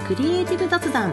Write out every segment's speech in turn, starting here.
クリエイティブ雑談。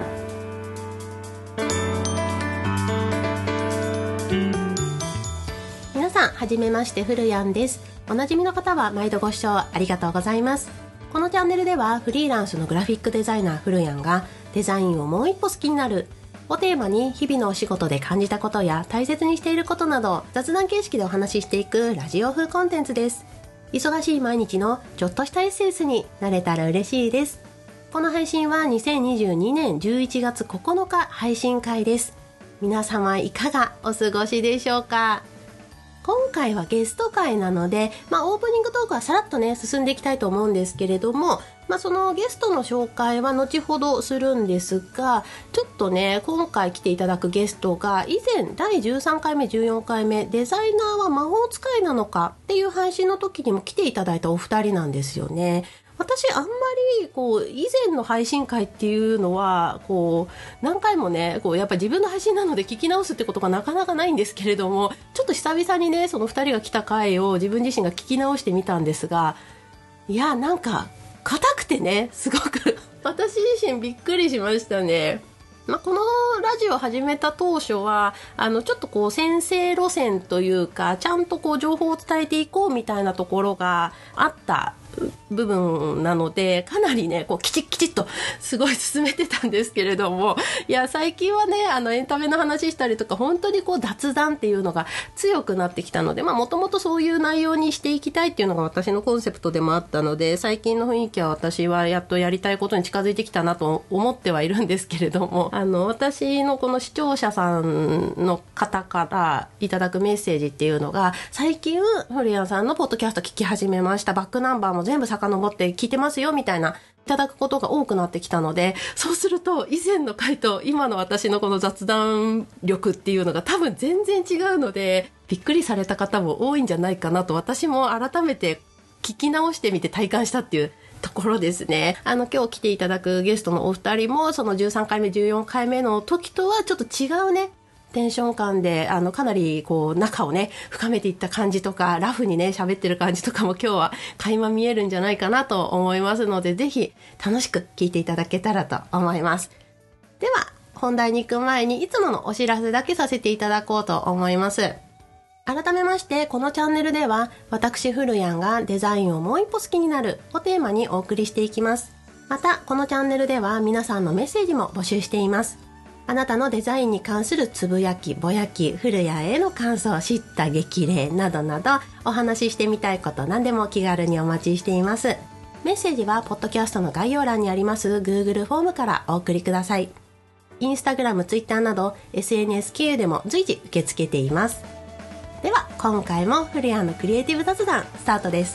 皆さんはじめまして、ふるやんです。おなじみの方は毎度ご視聴ありがとうございます。このチャンネルではフリーランスのグラフィックデザイナーふるやんがデザインをもう一歩好きになるをテーマに、日々のお仕事で感じたことや大切にしていることなどを雑談形式でお話ししていくラジオ風コンテンツです。忙しい毎日のちょっとしたエッセンスになれたら嬉しいです。この配信は2022年11月9日配信会です。皆様いかがお過ごしでしょうか。今回はゲスト会なので、オープニングトークはさらっとね進んでいきたいと思うんですけれども、そのゲストの紹介は後ほどするんですが、ちょっとね今回来ていただくゲストが以前第13回目14回目デザイナーは魔法使いなのかっていう配信の時にも来ていただいたお二人なんですよね。私あんまり以前の配信会っていうのは何回もねやっぱり自分の配信なので聞き直すってことがなかなかないんですけれども、ちょっと久々にねその2人が来た回を自分自身が聞き直してみたんですが、いやなんか硬くてねすごく私自身びっくりしましたね。このラジオを始めた当初はちょっと先生路線というか、ちゃんと情報を伝えていこうみたいなところがあった部分なので、かなりねきちっとすごい進めてたんですけれども、いや最近はねエンタメの話したりとか本当に雑談っていうのが強くなってきたので、もともとそういう内容にしていきたいっていうのが私のコンセプトでもあったので、最近の雰囲気は私はやっとやりたいことに近づいてきたなと思ってはいるんですけれども、私のこの視聴者さんの方からいただくメッセージっていうのが、最近フリアンさんのポッドキャスト聞き始めました、バックナンバーも全部遡って聞いてますよみたいないただくことが多くなってきたので、そうすると以前の回と今の私のこの雑談力っていうのが多分全然違うので、びっくりされた方も多いんじゃないかなと、私も改めて聞き直してみて体感したっていうところですね。今日来ていただくゲストのお二人もその13回目14回目の時とはちょっと違うねテンション感でかなり仲をね深めていった感じとか、ラフにね喋ってる感じとかも今日は垣間見えるんじゃないかなと思いますので、ぜひ楽しく聞いていただけたらと思います。では本題に行く前にいつものお知らせだけさせていただこうと思います。改めまして、このチャンネルでは私ふるやんがデザインをもう一歩好きになるをテーマにお送りしていきます。またこのチャンネルでは皆さんのメッセージも募集しています。あなたのデザインに関するつぶやき、ぼやき、ふるやんへの感想、知った激励などなどお話ししてみたいこと何でも気軽にお待ちしています。メッセージはポッドキャストの概要欄にあります Google フォームからお送りください。インスタグラム、ツイッターなど SNS 経由でも随時受け付けています。では今回もふるやんのクリエイティブ雑談スタートです。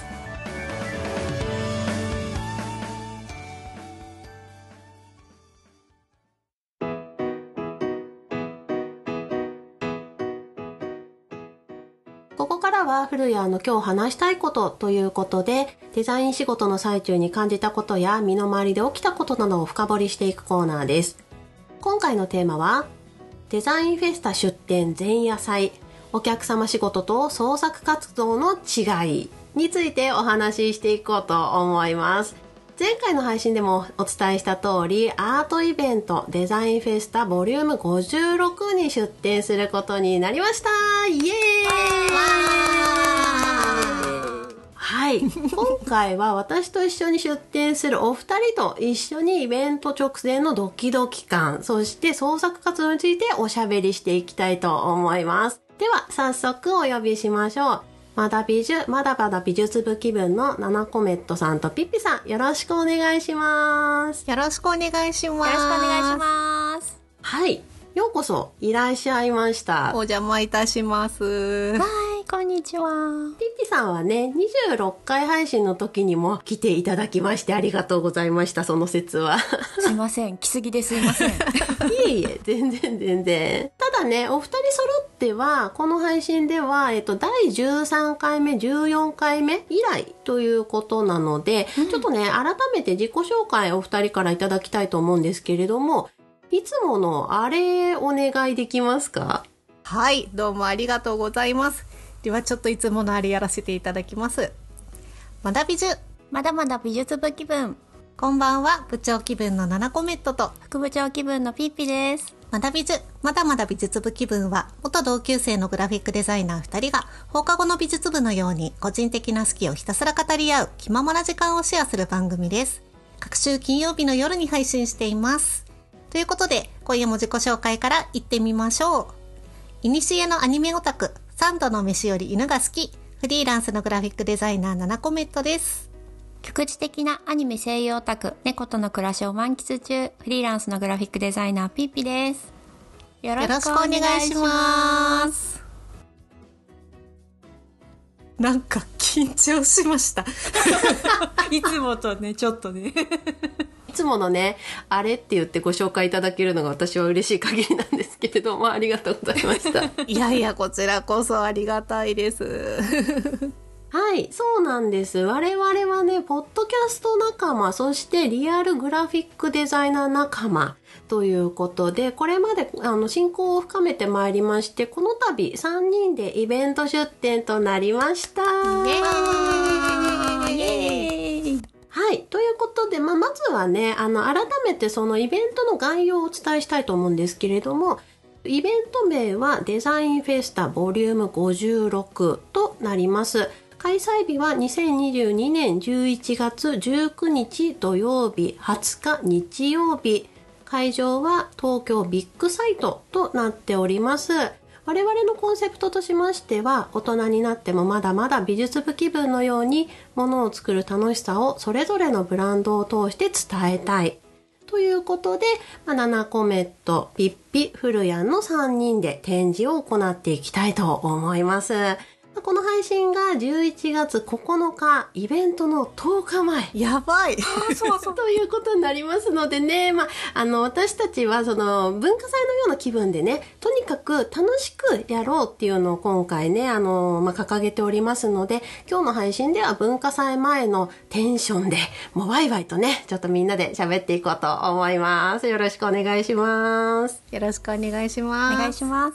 ここからはふるやんの今日話したいことということで、デザイン仕事の最中に感じたことや身の回りで起きたことなどを深掘りしていくコーナーです。今回のテーマはデザインフェスタ出展前夜祭、お客様仕事と創作活動の違いについてお話ししていこうと思います。前回の配信でもお伝えした通り、アートイベントデザインフェスタボリューム56に出展することになりました。イエーイはい、今回は私と一緒に出展するお二人と一緒にイベント直前のドキドキ感、そして創作活動についておしゃべりしていきたいと思います。では早速お呼びしましょう。まだまだ美術部気分のナナコメットさんとピッピさん、よろしくお願いします。 よろしくお願いします。 よろしくお願いします。 はい、ようこそいらっしゃいました。 お邪魔いたします。 はい、こんにちは。 ピッピさんはね、26回配信の時にも来ていただきましてありがとうございました。その説はすいません、来すぎですいません。 いえいえ、全然。ただね、お二人揃ってはこの配信では、第13回目14回目以来ということなので、ちょっとね改めて自己紹介お二人からいただきたいと思うんですけれども、いつものあれお願いできますか？ はい、どうもありがとうございます。ではちょっといつものあれやらせていただきます。まだまだ美術部気分。 こんばんは、部長気分のナナコメットと副部長気分のピッピです。 まだまだ美術部気分は、元同級生のグラフィックデザイナー2人が放課後の美術部のように個人的な好きをひたすら語り合う気ままな時間をシェアする番組です。各週金曜日の夜に配信しています。ということで、今夜も自己紹介から行ってみましょう。いにしえのアニメオタク、3度の飯より犬が好き、フリーランスのグラフィックデザイナーナナコメットです。 局地的なアニメ声優オタク、猫との暮らしを満喫中、フリーランスのグラフィックデザイナーピッピです。よろしくお願いします。 なんか緊張しました。 いつもとね、ちょっとね。 いつものね、あれって言ってご紹介いただけるのが私は嬉しい限りなんですけれども、ありがとうございました。 いやいや、こちらこそありがたいです。 はい、そうなんです。我々はね、ポッドキャスト仲間、そしてリアルグラフィックデザイナー仲間ということで、これまで親交を深めてまいりまして、この度3人でイベント出展となりました。イエーイ。はい。ということで、まずはね、改めてそのイベントの概要をお伝えしたいと思うんですけれども、イベント名はデザインフェスタボリューム56となります。開催日は2022年11月19日土曜日、20日日曜日。会場は東京ビッグサイトとなっております。我々のコンセプトとしましては、大人になってもまだまだ美術部気分のように物を作る楽しさをそれぞれのブランドを通して伝えたい。ということで、ナナコメット、ピッピ、フルヤンの3人で展示を行っていきたいと思います。この配信が11月9日、イベントの10日前。 やばい。 そうということになりますのでね、私たちはその文化祭のような気分でね、とにかく楽しくやろうっていうのを今回ね、掲げておりますので、今日の配信では文化祭前のテンションで、もうワイワイとね、ちょっとみんなで喋っていこうと思います。よろしくお願いします。 よろしくお願いします。 お願いします。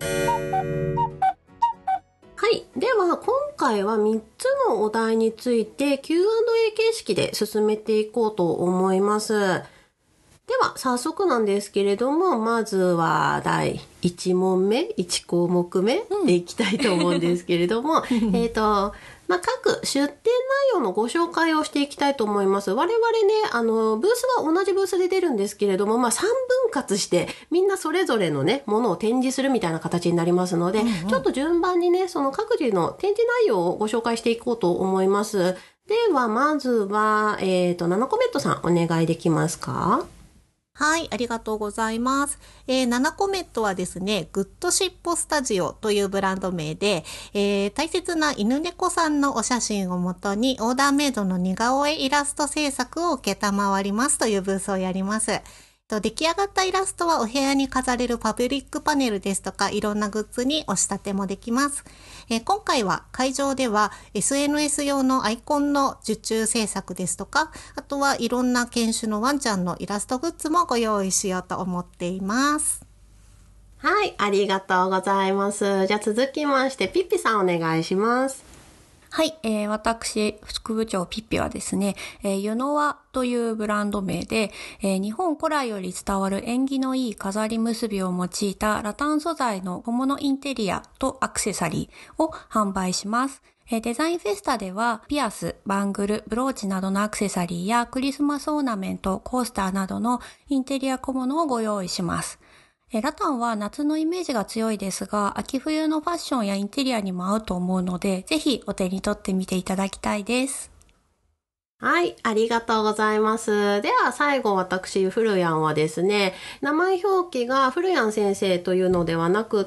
はい。では、今回は3つのお題について Q&A 形式で進めていこうと思います。では、早速なんですけれども、まずは第1問目、1項目目でいきたいと思うんですけれども、各出展内容のご紹介をしていきたいと思います。我々ね、ブースは同じブースで出るんですけれども、3分割して、みんなそれぞれのね、ものを展示するみたいな形になりますので、ちょっと順番にね、その各自の展示内容をご紹介していこうと思います。では、まずは、ナナコメットさん、お願いできますか？ はい、ありがとうございます。ナナコメットはですね、グッドシッポスタジオというブランド名で、大切な犬猫さんのお写真をもとにオーダーメイドの似顔絵イラスト制作を受けたまわりますというブースをやります。出来上がったイラストはお部屋に飾れるパブリックパネルですとかいろんなグッズにお仕立てもできます。今回は会場では SNS 用のアイコンの受注制作ですとか、あとはいろんな犬種のワンちゃんのイラストグッズもご用意しようと思っています。 はい、ありがとうございます。じゃあ続きまして、ピッピさんお願いします。 はい、私、副部長ピッピはですね、ユノワというブランド名で、日本古来より伝わる縁起のいい飾り結びを用いたラタン素材の小物インテリアとアクセサリーを販売します。デザインフェスタではピアス、バングル、ブローチなどのアクセサリーやクリスマスオーナメント、コースターなどのインテリア小物をご用意します。ラタンは夏のイメージが強いですが、秋冬のファッションやインテリアにも合うと思うので、ぜひお手に取ってみていただきたいです。 はい、ありがとうございます。では最後私、フルヤンはですね、名前表記がフルヤン先生というのではなくって、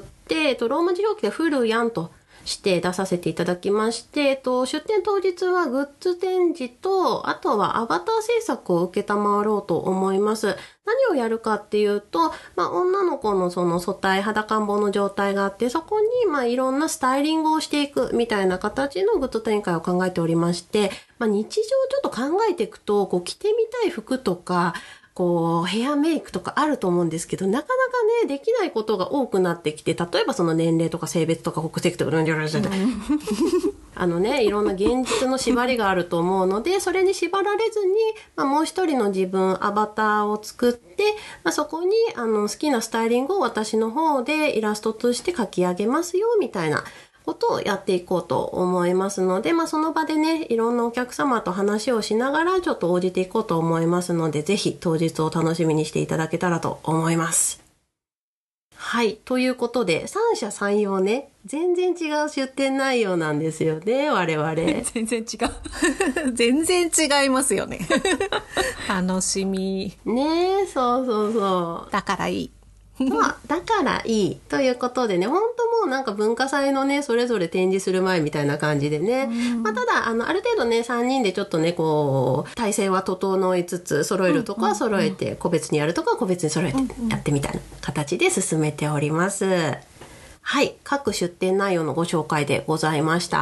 ローマ字表記でフルヤンとして出させていただきまして、出展当日はグッズ展示と、あとはアバター制作を受けたまわろうと思います。何をやるかっていうと、女の子のその素体、裸ん坊の状態があって、そこにいろんなスタイリングをしていくみたいな形のグッズ展開を考えておりまして、日常をちょっと考えていくと、着てみたい服とか、 こうヘアメイクとかあると思うんですけど、なかなかねできないことが多くなってきて、例えばその年齢とか性別とか国籍とかいろんな現実の縛りがあると思うので、それに縛られずに、もう一人の自分、アバターを作って、そこに好きなスタイリングを私の方でイラストとして描き上げますよみたいなことをやっていこうと思いますので、その場でね、いろんなお客様と話をしながらちょっと応じていこうと思いますので、ぜひ当日を楽しみにしていただけたらと思います。はい。ということで、三者三様ね、全然違う出展内容なんですよね、我々。 全然違う。全然違いますよね。楽しみ。 ねえ、そうそうそう。 だからいい。 だからいいということでね、本当もうなんか文化祭のね、それぞれ展示する前みたいな感じでね、ただある程度ね、3人でちょっとね、こう体制は整いつつ、揃えるとこは揃えて、個別にやるとこは個別に揃えてやってみたいな形で進めております。はい、各出展内容のご紹介でございました。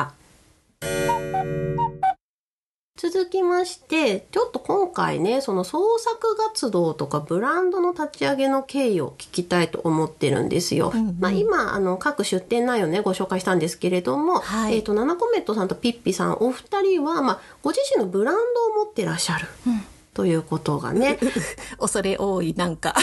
続きまして、ちょっと今回ね、その創作活動とかブランドの立ち上げの経緯を聞きたいと思ってるんですよ。今、各出展内容ね、ご紹介したんですけれども、ナナコメットさんとピッピさん、お二人は、ご自身のブランドを持ってらっしゃる。ということがね。 恐れ多い、なんか。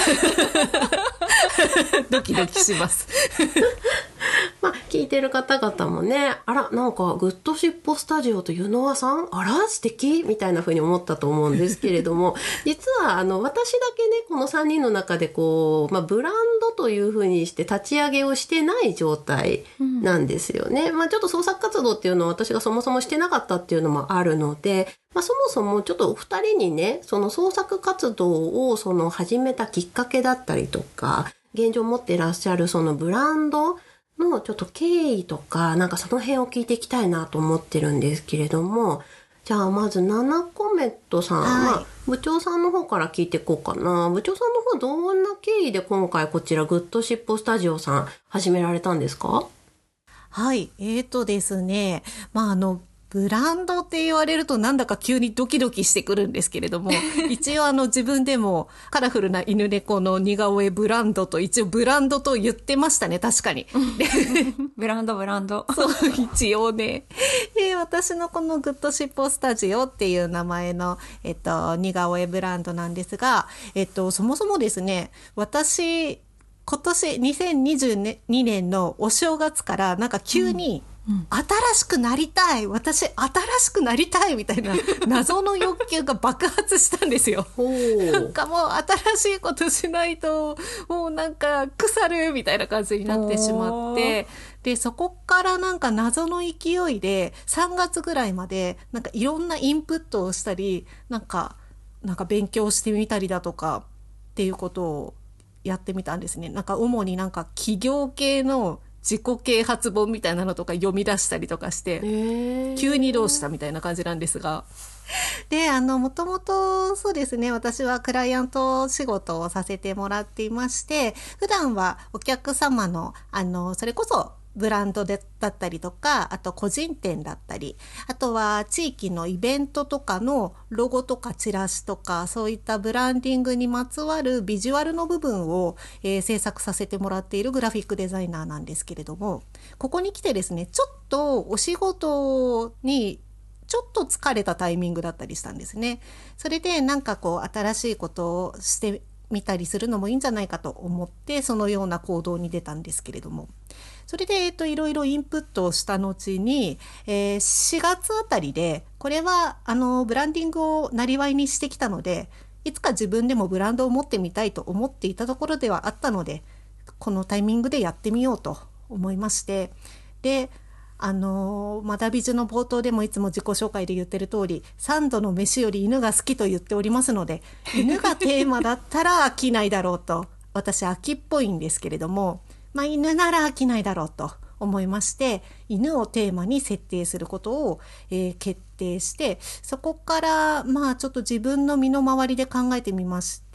ドキドキします。 聞いてる方々もね、あら、なんかグッドシッポスタジオとユノワさん、あら素敵みたいな風に思ったと思うんですけれども、実は私だけね、この3人の中でこう、ブランドという風にして立ち上げをしてない状態なんですよね。ちょっと創作活動っていうのは私がそもそもしてなかったっていうのもあるので、そもそもちょっとお二人にね、その創作活動を始めたきっかけだったりとか、現状持っていらっしゃるそのブランドのちょっと経緯とか、なんかその辺を聞いていきたいなと思ってるんですけれども、じゃあまずナナコメットさん、部長さんの方から聞いていこうかな。部長さんの方どんな経緯で今回こちらグッドシッポスタジオさん始められたんですか？ はい、ですね、ブランドって言われるとなんだか急にドキドキしてくるんですけれども、一応自分でもカラフルな犬猫の似顔絵ブランドと一応ブランドと言ってましたね、確かに。 ブランド。 そう、一応ね。私のこのグッドシッポスタジオっていう名前の、似顔絵ブランドなんですが、そもそもですね、私、今年2022年のお正月からなんか急に、新しくなりたい、私新しくなりたいみたいな謎の欲求が爆発したんですよ。なんかもう新しいことしないともうなんか腐るみたいな感じになってしまって、でそこからなんか謎の勢いで3月ぐらいまでなんかいろんなインプットをしたり、なんか勉強してみたりだとかっていうことをやってみたんですね。なんか主になんか企業系の自己啓発本みたいなのとか読み出したりとかして、急にどうしたみたいな感じなんですが。で、もともとそうですね、私はクライアント仕事をさせてもらっていまして、普段はお客様の、それこそブランドだったりとか、あと個人店だったり、あとは地域のイベントとかのロゴとかチラシとか、そういったブランディングにまつわるビジュアルの部分を、制作させてもらっているグラフィックデザイナーなんですけれども、ここに来てですね、ちょっとお仕事にちょっと疲れたタイミングだったりしたんですね。それでなんかこう新しいことをしてみたりするのもいいんじゃないかと思って、そのような行動に出たんですけれども、それで、いろいろインプットをした後に、4月あたりで、これは、ブランディングをなりわいにしてきたので、いつか自分でもブランドを持ってみたいと思っていたところではあったので、このタイミングでやってみようと思いまして、で、まだ美女の冒頭でもいつも自己紹介で言ってる通り、3度の飯より犬が好きと言っておりますので、犬がテーマだったら飽きないだろうと、私秋っぽいんですけれども、犬なら飽きないだろうと思いまして、犬をテーマに設定することを、決定して、そこからちょっと自分の身の回りで考えてみまして、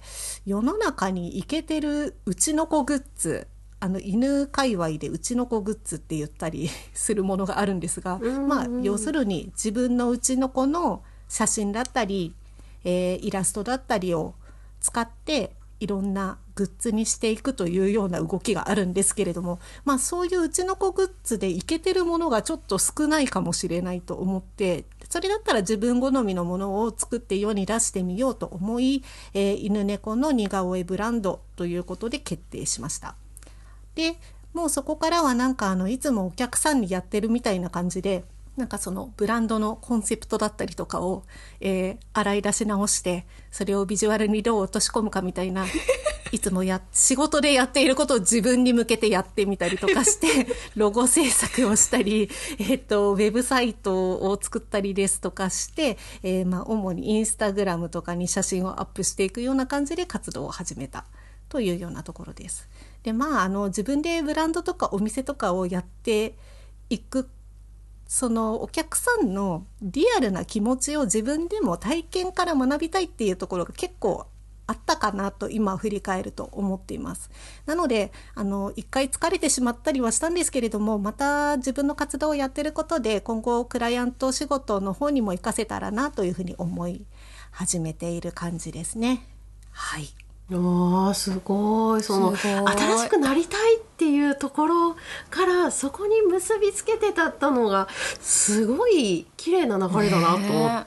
世の中にイケてるうちの子グッズ、犬界隈でうちの子グッズって言ったりするものがあるんですが、要するに自分のうちの子の写真だったり、イラストだったりを使っていろんなグッズにしていくというような動きがあるんですけれども、そういううちの子グッズでいけてるものがちょっと少ないかもしれないと思って、それだったら自分好みのものを作って世に出してみようと思い、犬猫の似顔絵ブランドということで決定しました。でもうそこからはなんかいつもお客さんにやってるみたいな感じで、なんかそのブランドのコンセプトだったりとかを、洗い出し直して、それをビジュアルにどう落とし込むかみたいな、いつも仕事でやっていることを自分に向けてやってみたりとかしてロゴ制作をしたり、ウェブサイトを作ったりですとかして、主にインスタグラムとかに写真をアップしていくような感じで活動を始めたというようなところです。で自分でブランドとかお店とかをやっていく、そのお客さんのリアルな気持ちを自分でも体験から学びたいっていうところが結構あったかなと今振り返ると思っています。なので一回疲れてしまったりはしたんですけれども、また自分の活動をやってることで今後クライアント仕事の方にも活かせたらなというふうに思い始めている感じですね。はい。 すごい。新しくなりたいっていうところからそこに結びつけてたのがすごい綺麗な流れだなと思って、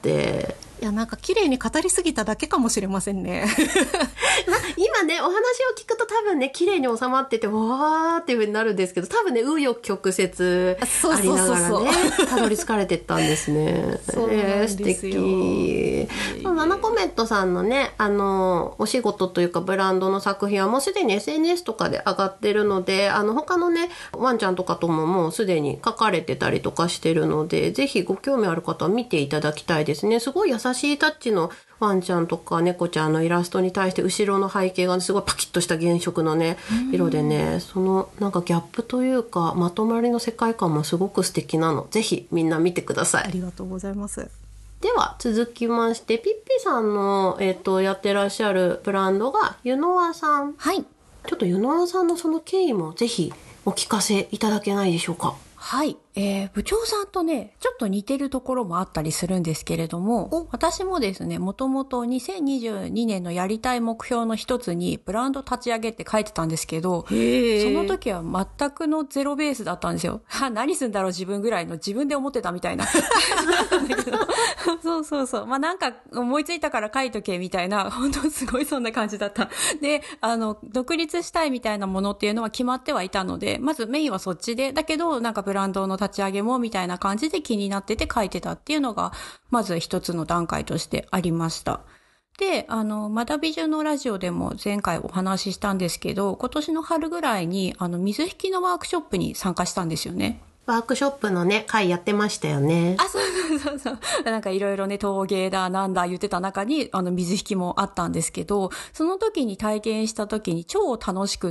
いやなんか綺麗に語りすぎただけかもしれませんね今ねお話を聞くと多分ね綺麗に収まっててわーっていう風になるんですけど、多分ね紆余曲折ありながらねたどり着かれてったんですね。 そうなんですよ。 素敵。ナナコメットさんのねお仕事というかブランドの作品はもうすでに SNS とかで上がってるので、他のねワンちゃんとかとももうすでに書かれてたりとかしてるので、ぜひご興味ある方は見ていただきたいですね。すごい優しいタッチのワンちゃんとか猫ちゃんのイラストに対して後ろの背景がすごいパキッとした原色のね色でね、そのなんかギャップというかまとまりの世界観もすごく素敵なの。ぜひみんな見てください。 ありがとうございます。 では続きましてピッピさんの、やってらっしゃるブランドがユノワさん。 はい。 ちょっとユノワさんのその経緯もぜひお聞かせいただけないでしょうか。 はい。部長さんとね、ちょっと似てるところもあったりするんですけれども、私もですね、もともと2022年のやりたい目標の一つにブランド立ち上げって書いてたんですけど、その時は全くのゼロベースだったんですよ。何すんだろう自分ぐらいの自分で思ってたみたいな。そう。なんか思いついたから書いとけみたいな、本当すごいそんな感じだった。で、独立したいみたいなものっていうのは決まってはいたので、まずメインはそっちで、だけどなんかブランドの立ち上げもみたいな感じで気になってて書いてたっていうのがまず一つの段階としてありました。で、まだ美女のラジオでも前回お話ししたんですけど、今年の春ぐらいに水引きのワークショップに参加したんですよね。 ワークショップのね会やってましたよね。 そう。なんかいろいろね陶芸だなんだ言ってた中に水引きもあったんですけど、その時に体験した時に超楽しくって、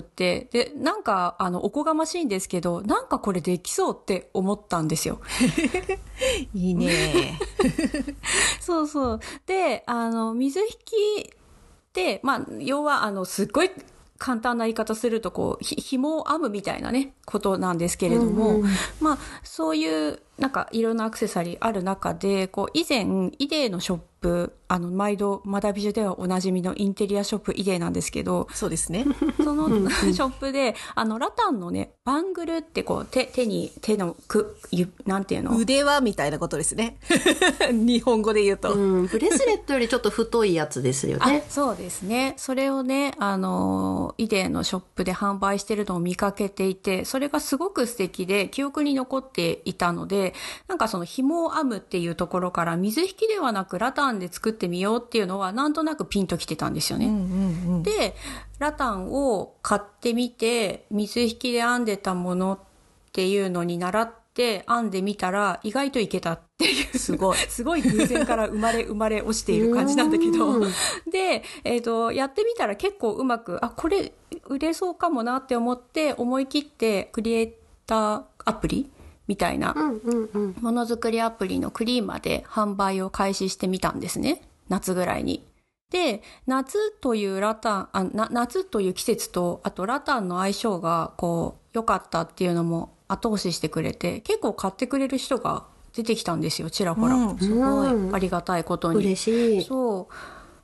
でなんかおこがましいんですけど、なんかこれできそうって思ったんですよ。 いいね。 そう。で水引きって要はすっごい簡単な言い方するとこう紐を編むみたいなねことなんですけれども、そういうなんかいろんなアクセサリーある中で、こう以前イデーのショップ、毎度まだ美女ではおなじみのインテリアショップイデーなんですけど、 そうですね。 そのショップでラタンのねバングルってこう手のなんていうの、 腕輪みたいなことですね。日本語で言うと、 ブレスレットよりちょっと太いやつですよね。 そうですね。それをねイデーのショップで販売してるのを見かけていて、それがすごく素敵で記憶に残っていたので、なんかその紐を編むっていうところから水引きではなくラタンで作ってみようっていうのはなんとなくピンときてたんですよね。でラタンを買ってみて水引きで編んでたものっていうのに習って編んでみたら意外といけたっていうすごい偶然から生まれ落ちている感じなんだけどで、やってみたら結構うまくこれ売れそうかもなって思って思い切ってクリエイターアプリみたいなものづくりアプリのクリーマで販売を開始してみたんですね、夏ぐらいに。で夏という夏という季節とあとラタンの相性がこう良かったっていうのも後押ししてくれて、結構買ってくれる人が出てきたんですよ、ちらほら。 すごいありがたいことに。 嬉しい。 そう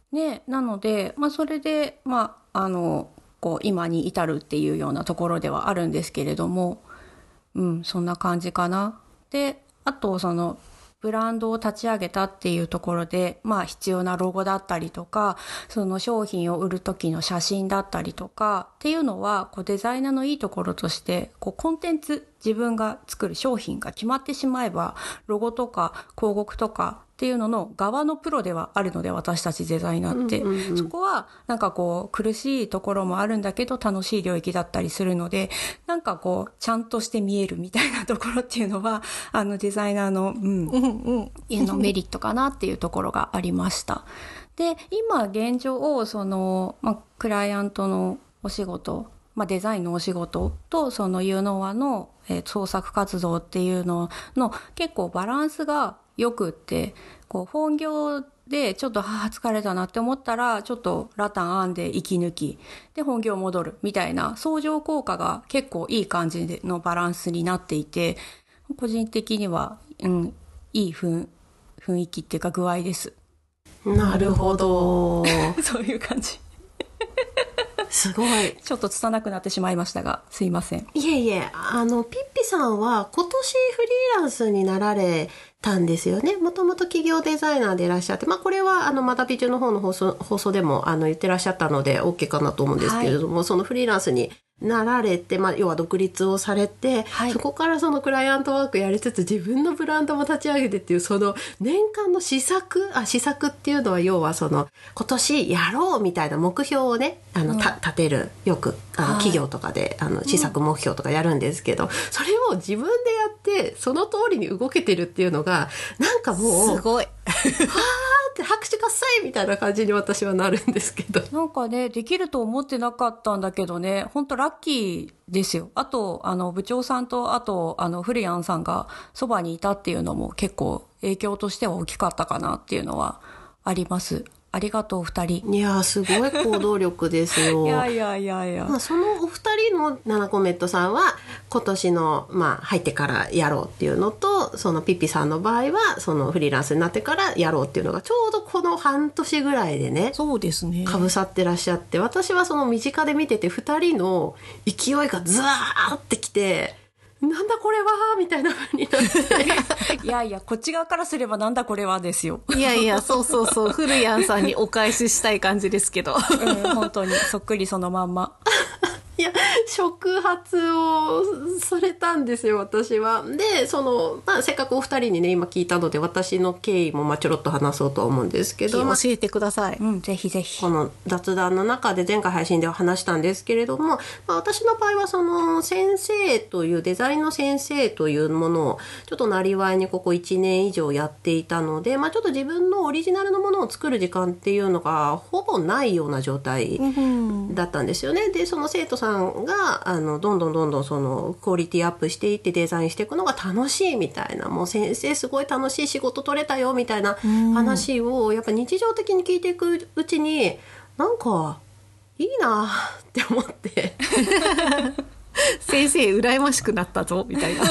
ね、なので、それで、こう今に至るっていうようなところではあるんですけれども、そんな感じかな。で、あとそのブランドを立ち上げたっていうところで、必要なロゴだったりとか、その商品を売る時の写真だったりとかっていうのは、こうデザイナーのいいところとして、こうコンテンツ、自分が作る商品が決まってしまえば、ロゴとか広告とかっていうのの側のプロではあるので、私たちデザイナーって、そこはなんかこう苦しいところもあるんだけど楽しい領域だったりするので、なんかこうちゃんとして見えるみたいなところっていうのはデザイナーの、メリットかなっていうところがありました。で、今現状その、クライアントのお仕事、デザインのお仕事とそのユーノアの、創作活動っていうのの結構バランスがよくって、こう本業でちょっと疲れたなって思ったらちょっとラタン編んで息抜きで本業戻るみたいな相乗効果が結構いい感じのバランスになっていて、個人的にはいい雰囲気っていうか具合です。 なるほどそういう感じすごい。 ちょっと拙くなってしまいましたが、すいません。 いえいえ、ピッピさんは今年フリーランスになられたんですよね。もともと企業デザイナーでいらっしゃって、これはまだ美中の方の放送でも言ってらっしゃったので OK かなと思うんですけれども、そのフリーランスになられて、要は独立をされて、そこからそのクライアントワークやりつつ自分のブランドも立ち上げてっていう、その年間の施策っていうのは要はその今年やろうみたいな目標をね立てる、よく企業とかで施策目標とかやるんですけど、それを自分でやってその通りに動けてるっていうのがなんかもうすごいはーって拍手喝采みたいな感じに私はなるんですけど、 なんかね、できると思ってなかったんだけどね、本当ラッキーですよ。あと部長さんとあとフリアンさんがそばにいたっていうのも結構影響としては大きかったかなっていうのはあります。ありがとうお二人。 いやすごい行動力ですよいや、 そのお二人のナナコメットさんは今年の、入ってからやろうっていうのと、そのピッピさんの場合はそのフリーランスになってからやろうっていうのがちょうどこの半年ぐらいでね、 そうですね、 かぶさってらっしゃって、私はその身近で見てて二人の勢いがズワーってきて、なんだこれはみたいな風になっていやこっち側からすればなんだこれはですよ。 いやそうフルヤンさんにお返ししたい感じですけど、 本当にそっくりそのまんまいや触発をされたんですよ私は。でその、せっかくお二人にね今聞いたので私の経緯もちょろっと話そうとは思うんですけど、 教えてください。 ぜひぜひ。 この雑談の中で前回配信では話したんですけれども、私の場合はその先生というデザインの先生というものをちょっとなりわいにここ1年以上やっていたので、ちょっと自分のオリジナルのものを作る時間っていうのがほぼないような状態だったんですよね。でその生徒さんがどんどんそのクオリティアップしていってデザインしていくのが楽しいみたいな、もう先生すごい楽しい仕事取れたよみたいな話をやっぱ日常的に聞いていくうちになんかいいなって思って先生羨ましくなったぞみたいな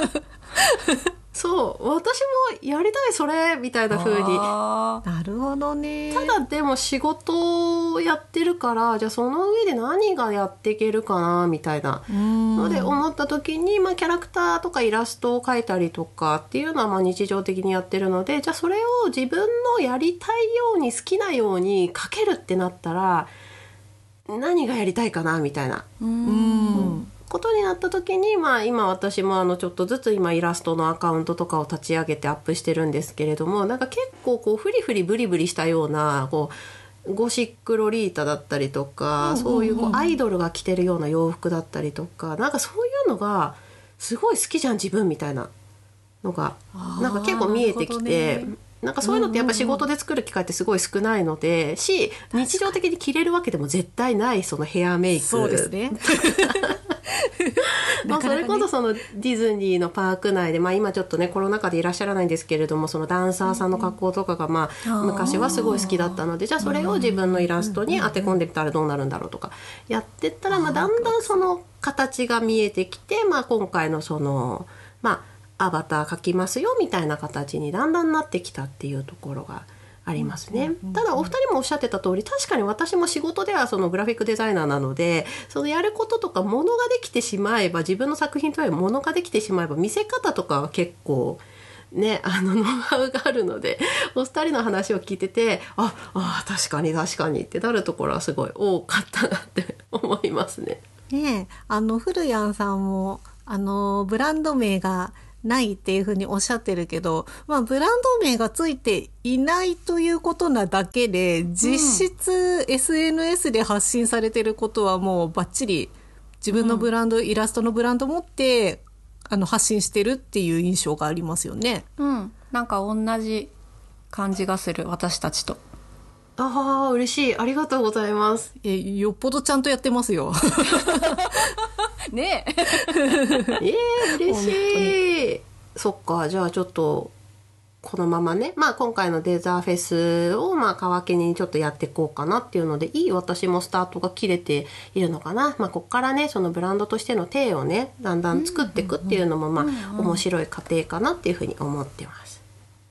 そう私もやりたいそれみたいな風に。 なるほどね。 ただでも仕事をやってるからじゃあその上で何がやっていけるかなみたいなので思った時に、キャラクターとかイラストを描いたりとかっていうのは日常的にやってるので、じゃあそれを自分のやりたいように好きなように描けるってなったら何がやりたいかなみたいなことになった時に、今私もちょっとずつ今イラストのアカウントとかを立ち上げてアップしてるんですけれども、なんか結構こうフリフリブリブリしたようなこうゴシックロリータだったりとか、そういうアイドルが着てるような洋服だったりとか、なんかそういうのがすごい好きじゃん自分みたいなのがなんか結構見えてきて、なんかそういうのってやっぱ仕事で作る機会ってすごい少ないので、日常的に着れるわけでも絶対ないそのヘアメイク。 そうですねそれこそそのディズニーのパーク内で、今ちょっとねコロナ禍でいらっしゃらないんですけれども、そのダンサーさんの格好とかが昔はすごい好きだったので、じゃあそれを自分のイラストに当て込んでみたらどうなるんだろうとかやってったら、だんだんその形が見えてきて、今回のそのアバター描きますよみたいな形にだんだんなってきたっていうところがありますね。ただお二人もおっしゃってた通り、確かに私も仕事ではそのグラフィックデザイナーなので、そのやることとかものができてしまえば、自分の作品とはものができてしまえば、見せ方とかは結構ね、ノウハウがあるので、お二人の話を聞いてて、確かに確かにってなるところはすごい多かったなって思いますね。 ねえ、古谷さんもブランド名がないっていうふうにおっしゃってるけど、ブランド名がついていないということなだけで、実質 SNS で発信されてることはもうバッチリ自分のブランド、イラストのブランド持って発信してるっていう印象がありますよね。 なんか同じ感じがする、私たちと。 嬉しい、ありがとうございます。 よっぽどちゃんとやってますよ。 ねえ。 嬉しい。そっか、じゃあちょっとこのままね、今回のデザーフェスを皮切りにちょっとやっていこうかなっていうので、私もスタートが切れているのかな。ここからね、そのブランドとしての体をね、だんだん作っていくっていうのも面白い過程かなっていうふうに思ってます。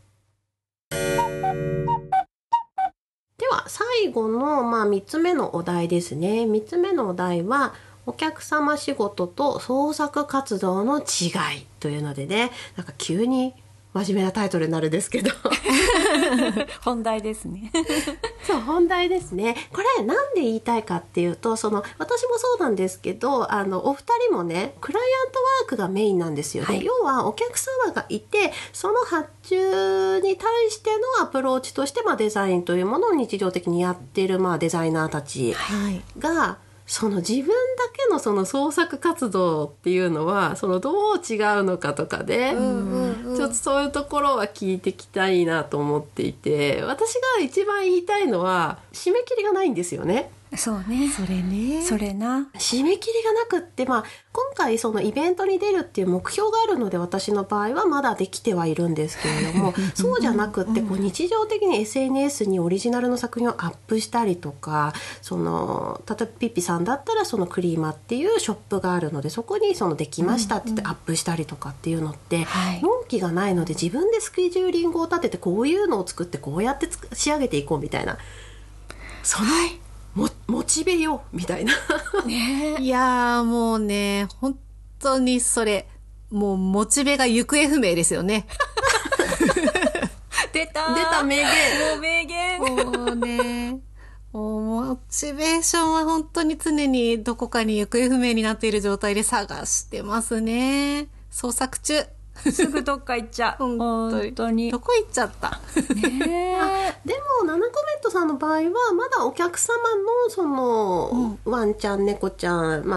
では最後の3つ目のお題ですね。3つ目のお題は、お客様仕事と創作活動の違いというのでね、なんか急に真面目なタイトルになるんですけど本題ですね。 そう、本題ですね。これなんで言いたいかっていうと、私もそうなんですけど、お二人もね、クライアントワークがメインなんですよね。要はお客様がいて、その発注に対してのアプローチとして、デザインというものを日常的にやっている、デザイナーたちが、その自分だけのその創作活動っていうのはどう違うのかとかで、ちょっとそういうところは聞いていきたいなと思っていて、私が一番言いたいのは締め切りがないんですよね。 そうね。 それね。 それな。 締め切りがなくって、今回そのイベントに出るっていう目標があるので、私の場合はまだできてはいるんですけれどもそうじゃなくって日常的に SNS にオリジナルの作品をアップしたりとか、例えばピッピさんだったらクリーマっていうショップがあるので、そこにできましたって言ってアップしたりとかっていうのって、納期がないので自分でスケジューリングを立てて、こういうのを作ってこうやって仕上げていこうみたいな、モチベよみたいないやー、もうね、本当にそれ、もうモチベが行方不明ですよね。 出た名言。 もう名言。もうね、モチベーションは本当に常にどこかに行方不明になっている状態で探してますね。創作中。 すぐどっか行っちゃう。本当に。 どこ行っちゃったね。でもナナコメントさんの場合はまだお客様のワンちゃん猫ちゃん、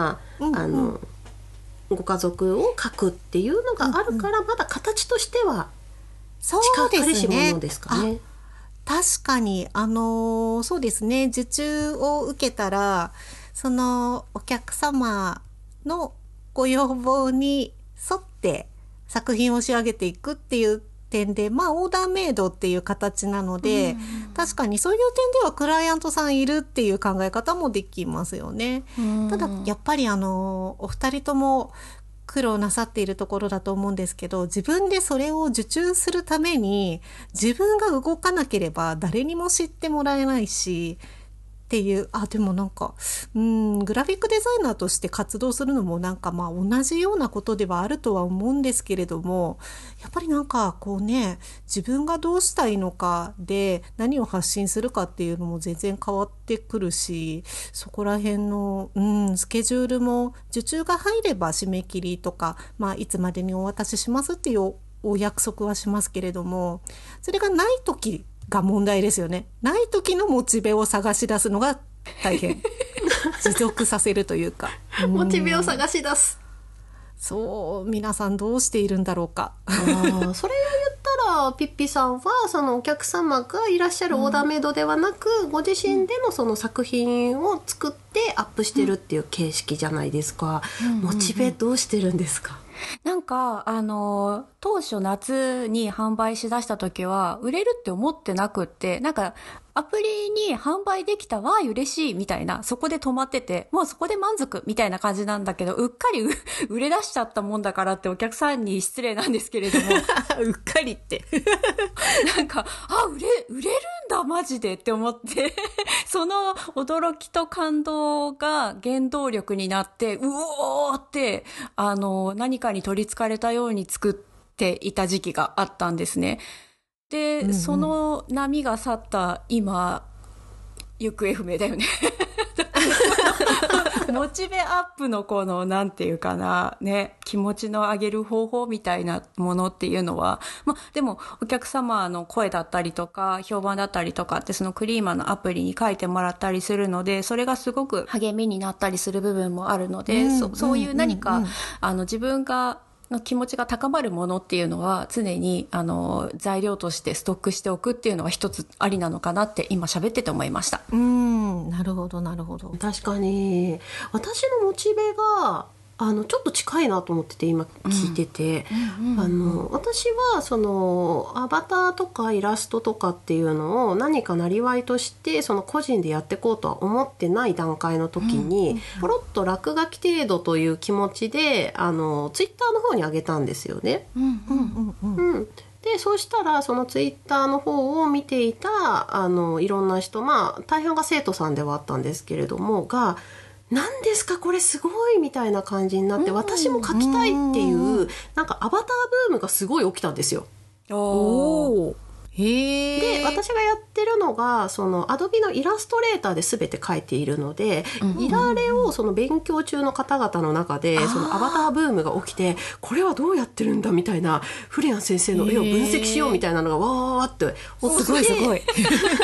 ご家族を描くっていうのがあるから、まだ形としてはそうですね。 ものですかね。 確かにそうですね。受注を受けたら、そのお客様のご要望に沿って作品を仕上げていくっていう点で、オーダーメイドっていう形なので、確かにそういう点ではクライアントさんいるっていう考え方もできますよね。ただやっぱりお二人とも苦労なさっているところだと思うんですけど、自分でそれを受注するために自分が動かなければ誰にも知ってもらえないしっていう、でもなんかグラフィックデザイナーとして活動するのもなんか同じようなことではあるとは思うんですけれども、やっぱりなんかこうね、自分がどうしたいのかで何を発信するかっていうのも全然変わってくるし、そこら辺のスケジュールも受注が入れば締め切りとか、いつまでにお渡ししますっていうお約束はしますけれども、それがない時が問題ですよね。ない時のモチベを探し出すのが大変。持続させるというか。 モチベを探し出す。 そう、皆さんどうしているんだろうか。 それを言ったら、ピッピさんはそのお客様がいらっしゃるオーダーメイドではなく、ご自身でのその作品を作ってアップしてるっていう形式じゃないですか。モチベどうしてるんですか？ なんか当初夏に販売しだした時は売れるって思ってなくって、なんかアプリに販売できたわ、嬉しいみたいな、そこで止まってて、もうそこで満足みたいな感じなんだけど、うっかり売れ出しちゃったもんだからってお客さんに失礼なんですけれどもうっかりってなんか、売れるんだマジでって思ってその驚きと感動が原動力になって、うおーって何かに取りつかれたように作っていた時期があったんですね。で、その波が去った今、行方不明だよねモチベアップのこのなんていうかなね、気持ちの上げる方法みたいなものっていうのは、でもお客様の声だったりとか評判だったりとかってそのクリーマのアプリに書いてもらったりするので、それがすごく励みになったりする部分もあるので、そういう何か自分の気持ちが高まるものっていうのは常に材料としてストックしておくっていうのは一つありなのかなって今喋ってて思いました。 なるほどなるほど。 確かに私のモチベがちょっと近いなと思ってて今聞いてて、私はそのアバターとかイラストとかっていうのを何かなりわいとしてその個人でやっていこうとは思ってない段階の時に、ポロッと落書き程度という気持ちでツイッターの方に上げたんですよね。でそうしたらそのツイッターの方を見ていたいろんな人、大半が生徒さんではあったんですけれどもが、何ですかこれすごいみたいな感じになって、私も描きたいっていうなんかアバターブームがすごい起きたんですよ。で私がやってるのがそのアドビのイラストレーターで全て描いているので、イラレをその勉強中の方々の中でそのアバターブームが起きて、これはどうやってるんだみたいな、フレアン先生の絵を分析しようみたいなのがわーってすごいすごい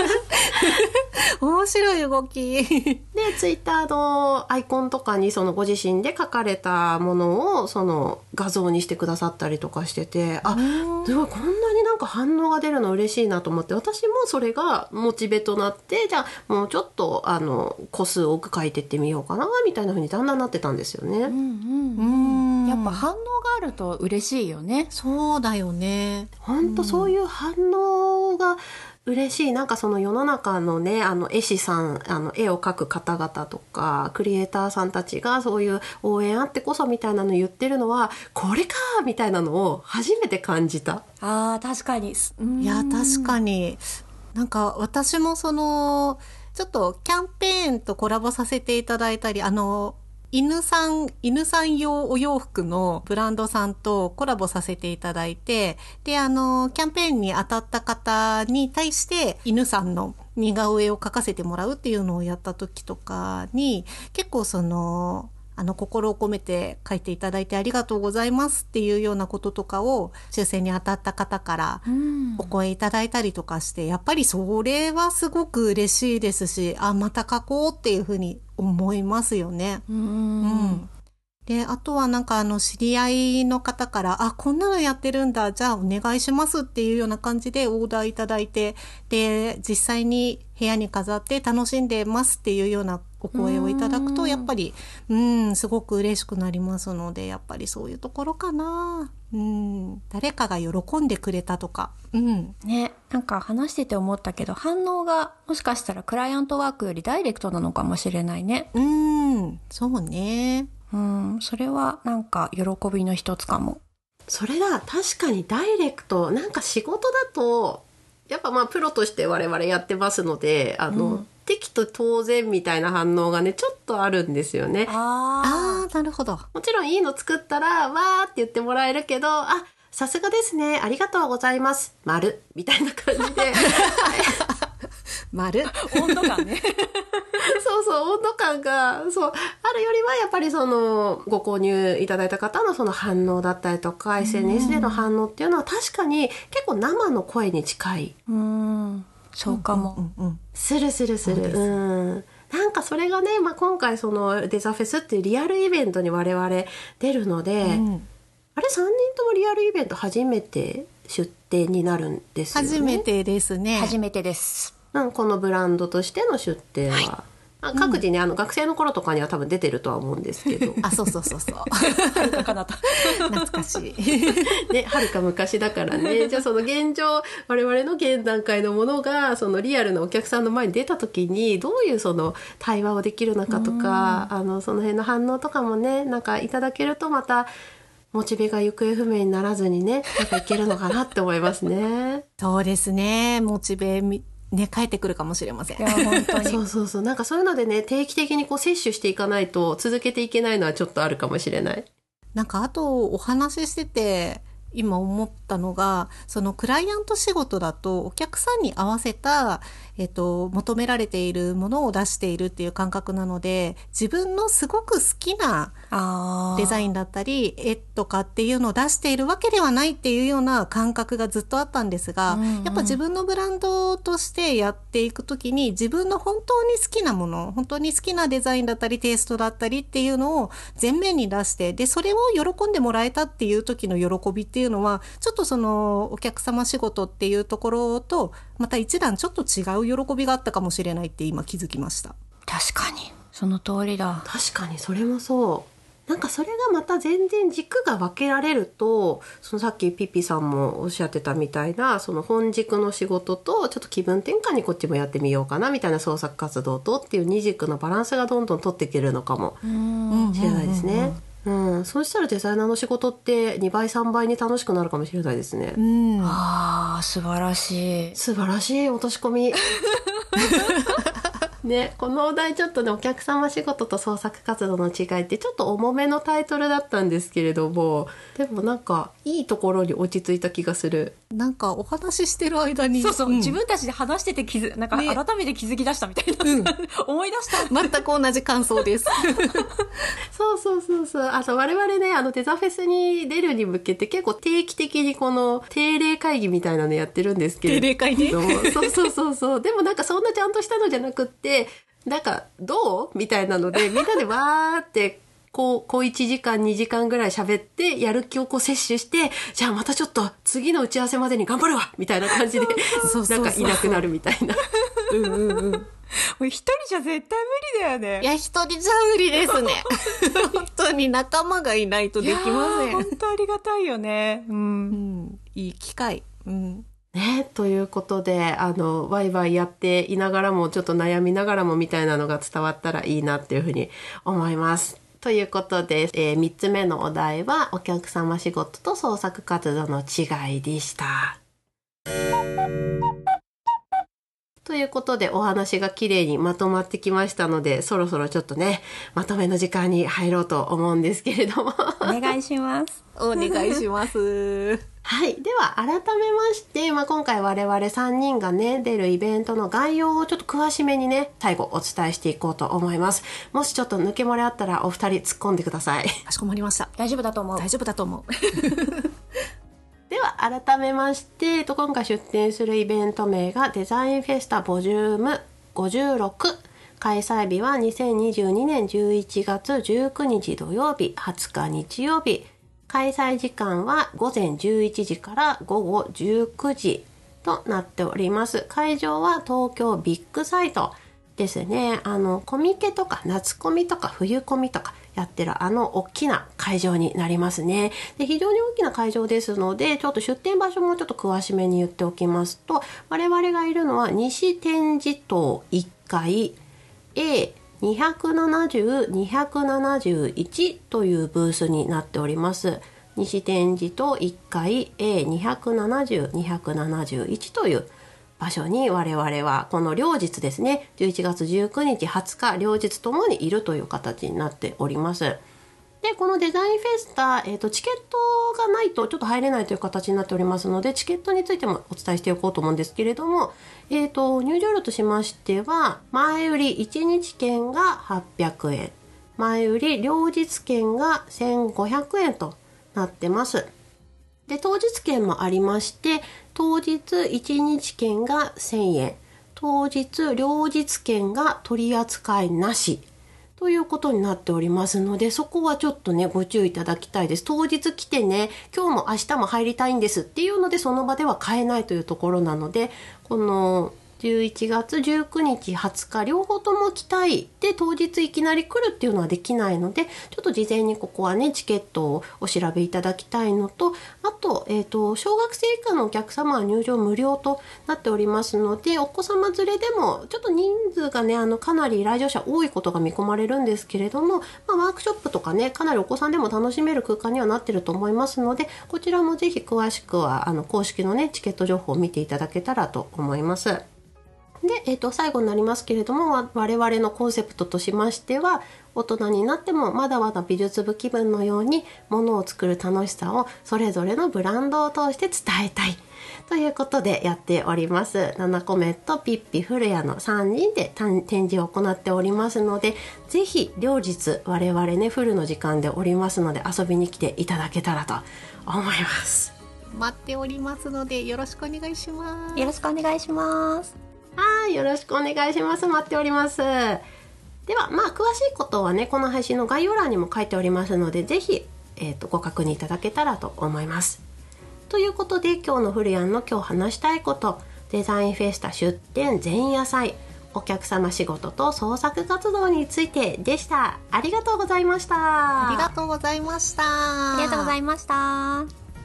面白い動きでツイッターのアイコンとかにそのご自身で描かれたものをその画像にしてくださったりとかしてて、すごいこんなになんか反応が出るの嬉しいなと思って、私もそれがモチベとなって、じゃあもうちょっと個数多く書いてってみようかなみたいな風にだんだんなってたんですよね。 やっぱ反応があると嬉しいよね。 そうだよね。 本当そういう反応が嬉しい。なんかその世の中のね、絵師さん、絵を描く方々とかクリエイターさんたちがそういう応援あってこそみたいなの言ってるのはこれかみたいなのを初めて感じた。 確かに。 いや確かに、なんか私もそのちょっとキャンペーンとコラボさせていただいたり、犬さん用お洋服のブランドさんとコラボさせていただいて、で、キャンペーンに当たった方に対して犬さんの似顔絵を描かせてもらうっていうのをやった時とかに、結構その、心を込めて書いていただいてありがとうございますっていうようなこととかを抽選に当たった方からお声いただいたりとかして、やっぱりそれはすごく嬉しいですし、また書こうっていうふうに思いますよね。で、あとはなんか知り合いの方から、こんなのやってるんだ、じゃあお願いしますっていうような感じでオーダーいただいて、で、実際に部屋に飾って楽しんでますっていうようなお声をいただくと、やっぱり、すごく嬉しくなりますので、やっぱりそういうところかな。誰かが喜んでくれたとか。 ね、なんか話してて思ったけど、反応がもしかしたらクライアントワークよりダイレクトなのかもしれないね。 そうね。 それはなんか喜びの一つかも。 それだ、確かにダイレクト、なんか仕事だとやっぱプロとして我々やってますので、適と当然みたいな反応がねちょっとあるんですよね。 なるほど。 もちろんいいの作ったらわーって言ってもらえるけど、さすがですね、ありがとうございます丸みたいな感じで丸温度感ねそう温度感があるよりはやっぱりそのご購入いただいた方のその反応だったりとか SNS での反応っていうのは確かに結構生の声に近い。 そうかも。 する。なんかそれがね、今回そのデザフェスっていうリアルイベントに我々出るので、あれ3人ともリアルイベント初めて出展になるんですよね。 初めてですね。 初めてです。 このブランドとしての出展は。 各自ね、学生の頃とかには多分出てるとは思うんですけどあ、そうそうそうそうはるか彼方懐かしいね、はるか昔だからね。じゃあその現状、我々の現段階のものがそのリアルなお客さんの前に出た時にどういうその対話をできるのかとか、その辺の反応とかもね、なんかいただけるとまたモチベが行方不明にならずにね、なんかいけるのかなって思いますね。 そうですね、モチベね、帰ってくるかもしれません。 いや本当にそうそうそう。なんかそういうのでね、定期的にこう摂取していかないと続けていけないのはちょっとあるかもしれない。 なんかあとお話ししてて今思ったのが、そのクライアント仕事だとお客さんに合わせた、求められているものを出しているっていう感覚なので、自分のすごく好きなデザインだったり絵とかっていうのを出しているわけではないっていうような感覚がずっとあったんですが、やっぱ自分のブランドとしてやっていくときに自分の本当に好きなもの、本当に好きなデザインだったりテイストだったりっていうのを前面に出して、でそれを喜んでもらえたっていう時の喜びっていうのは、ちょっとそのお客様仕事っていうところとまた一段ちょっと違う喜びがあったかもしれないって今気づきました。 確かにその通りだ。 確かにそれもそう。なんかそれがまた全然軸が分けられると、そのさっきピッピさんもおっしゃってたみたいな、その本軸の仕事とちょっと気分転換にこっちもやってみようかなみたいな創作活動とっていう二軸のバランスがどんどん取っていけるのかもしれないですね。そうしたらデザイナーの仕事って2倍3倍に楽しくなるかもしれないですね。 あー素晴らしい。 素晴らしい落とし込みね、このお題ちょっとね、お客様仕事と創作活動の違いってちょっと重めのタイトルだったんですけれども、でもなんかいいところに落ち着いた気がする。 なんかお話ししてる間にそうそう、自分たちで話しててなんか改めて気づき出したみたいな、思い出した。 全く同じ感想ですそうそうそうそう。あと我々ね、デザフェスに出るに向けて結構定期的にこの定例会議みたいなのやってるんですけれども。 定例会ね。 そうそうそうそう。でもなんかそんなちゃんとしたのじゃなくって、なんかどうみたいなのでみんなでわーってこう1時間2時間ぐらい喋ってやる気をこう摂取して、じゃあまたちょっと次の打ち合わせまでに頑張るわみたいな感じでなんかいなくなるみたいな。 もう一人じゃ絶対無理だよね。 いや、一人じゃ無理ですね本当に仲間がいないとできません。 本当ありがたいよね。 いい機会。 ね、ということでワイワイやっていながらもちょっと悩みながらもみたいなのが伝わったらいいなっていうふうに思います。ということで、3つ目のお題はお客様仕事と創作活動の違いでした。ということでお話がきれいにまとまってきましたので、そろそろちょっとねまとめの時間に入ろうと思うんですけれどもお願いしますお願いしますはい。では、改めまして、今回我々3人がね、出るイベントの概要をちょっと詳しめにね、最後お伝えしていこうと思います。もしちょっと抜け漏れあったら、お二人突っ込んでください。 かしこまりました。 大丈夫だと思う。 大丈夫だと思う。 では、改めまして、今回出展するイベント名がデザインフェスタボリューム56。開催日は2022年11月19日土曜日、20日日曜日。開催時間は午前11時から午後19時となっております。会場は東京ビッグサイトですね。コミケとか夏コミとか冬コミとかやってる大きな会場になりますね。で、非常に大きな会場ですので、ちょっと出店場所もちょっと詳しめに言っておきますと、我々がいるのは西展示棟1階 A270、271というブースになっております。西展示棟1階 A270、271という場所に我々はこの両日ですね、11月19日、20日両日ともにいるという形になっております。で、このデザインフェスタ、チケットがないとちょっと入れないという形になっておりますので、チケットについてもお伝えしておこうと思うんですけれども、入場料としましては、前売り1日券が800円、前売り両日券が1500円となってます。で、当日券もありまして、当日1日券が1000円、当日両日券が取り扱いなしということになっておりますので、そこはちょっとねご注意いただきたいです。当日来てね、今日も明日も入りたいんですっていうのでその場では買えないというところなので、この 11月19日20日両方とも来たいで当日いきなり来るっていうのはできないので、ちょっと事前にここはねチケットをお調べいただきたいのと、あと、小学生以下のお客様は入場無料となっておりますので、お子様連れでもちょっと人数がねかなり来場者多いことが見込まれるんですけれども、ワークショップとかねかなりお子さんでも楽しめる空間にはなってると思いますので、こちらもぜひ詳しくは公式のねチケット情報を見ていただけたらと思います。で、最後になりますけれども、我々のコンセプトとしましては、大人になってもまだまだ美術部気分のように物を作る楽しさをそれぞれのブランドを通して伝えたいということでやっております。ナナコメとピッピ古谷の3人で展示を行っておりますので、ぜひ両日我々ねフルの時間でおりますので遊びに来ていただけたらと思います。 待っておりますのでよろしくお願いします。 よろしくお願いします。 はい、よろしくお願いします。待っております。では、詳しいことはね、この配信の概要欄にも書いておりますので、ぜひ、ご確認いただけたらと思います。ということで、今日のフルヤンの今日話したいこと、デザインフェスタ出展前夜祭、お客様仕事と創作活動についてでした。ありがとうございました。 ありがとうございました。 ありがとうございました。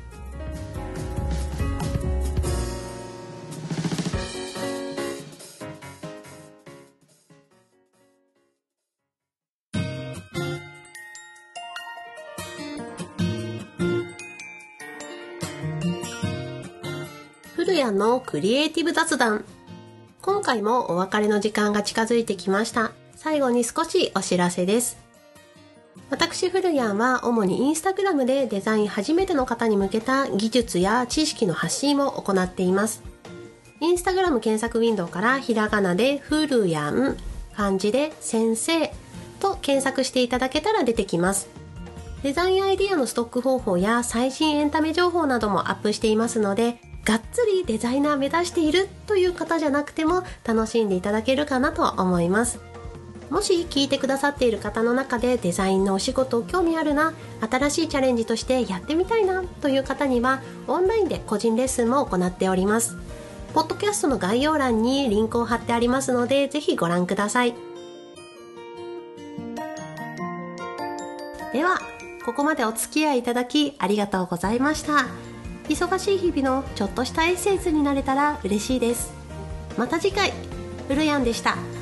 古谷のクリエイティブ雑談。今回もお別れの時間が近づいてきました。最後に少しお知らせです。私古谷は主にインスタグラムでデザイン初めての方に向けた技術や知識の発信を行っています。インスタグラム検索ウィンドウからひらがなで古谷、漢字で先生と検索していただけたら出てきます。デザインアイディアのストック方法や最新エンタメ情報などもアップしていますので、がっつりデザイナー目指しているという方じゃなくても楽しんでいただけるかなと思います。もし聞いてくださっている方の中でデザインのお仕事興味あるな、新しいチャレンジとしてやってみたいなという方にはオンラインで個人レッスンも行っております。ポッドキャストの概要欄にリンクを貼ってありますのでぜひご覧ください。ではここまでお付き合いいただきありがとうございました。忙しい日々のちょっとしたエッセンスになれたら嬉しいです。また次回、フルヤンでした。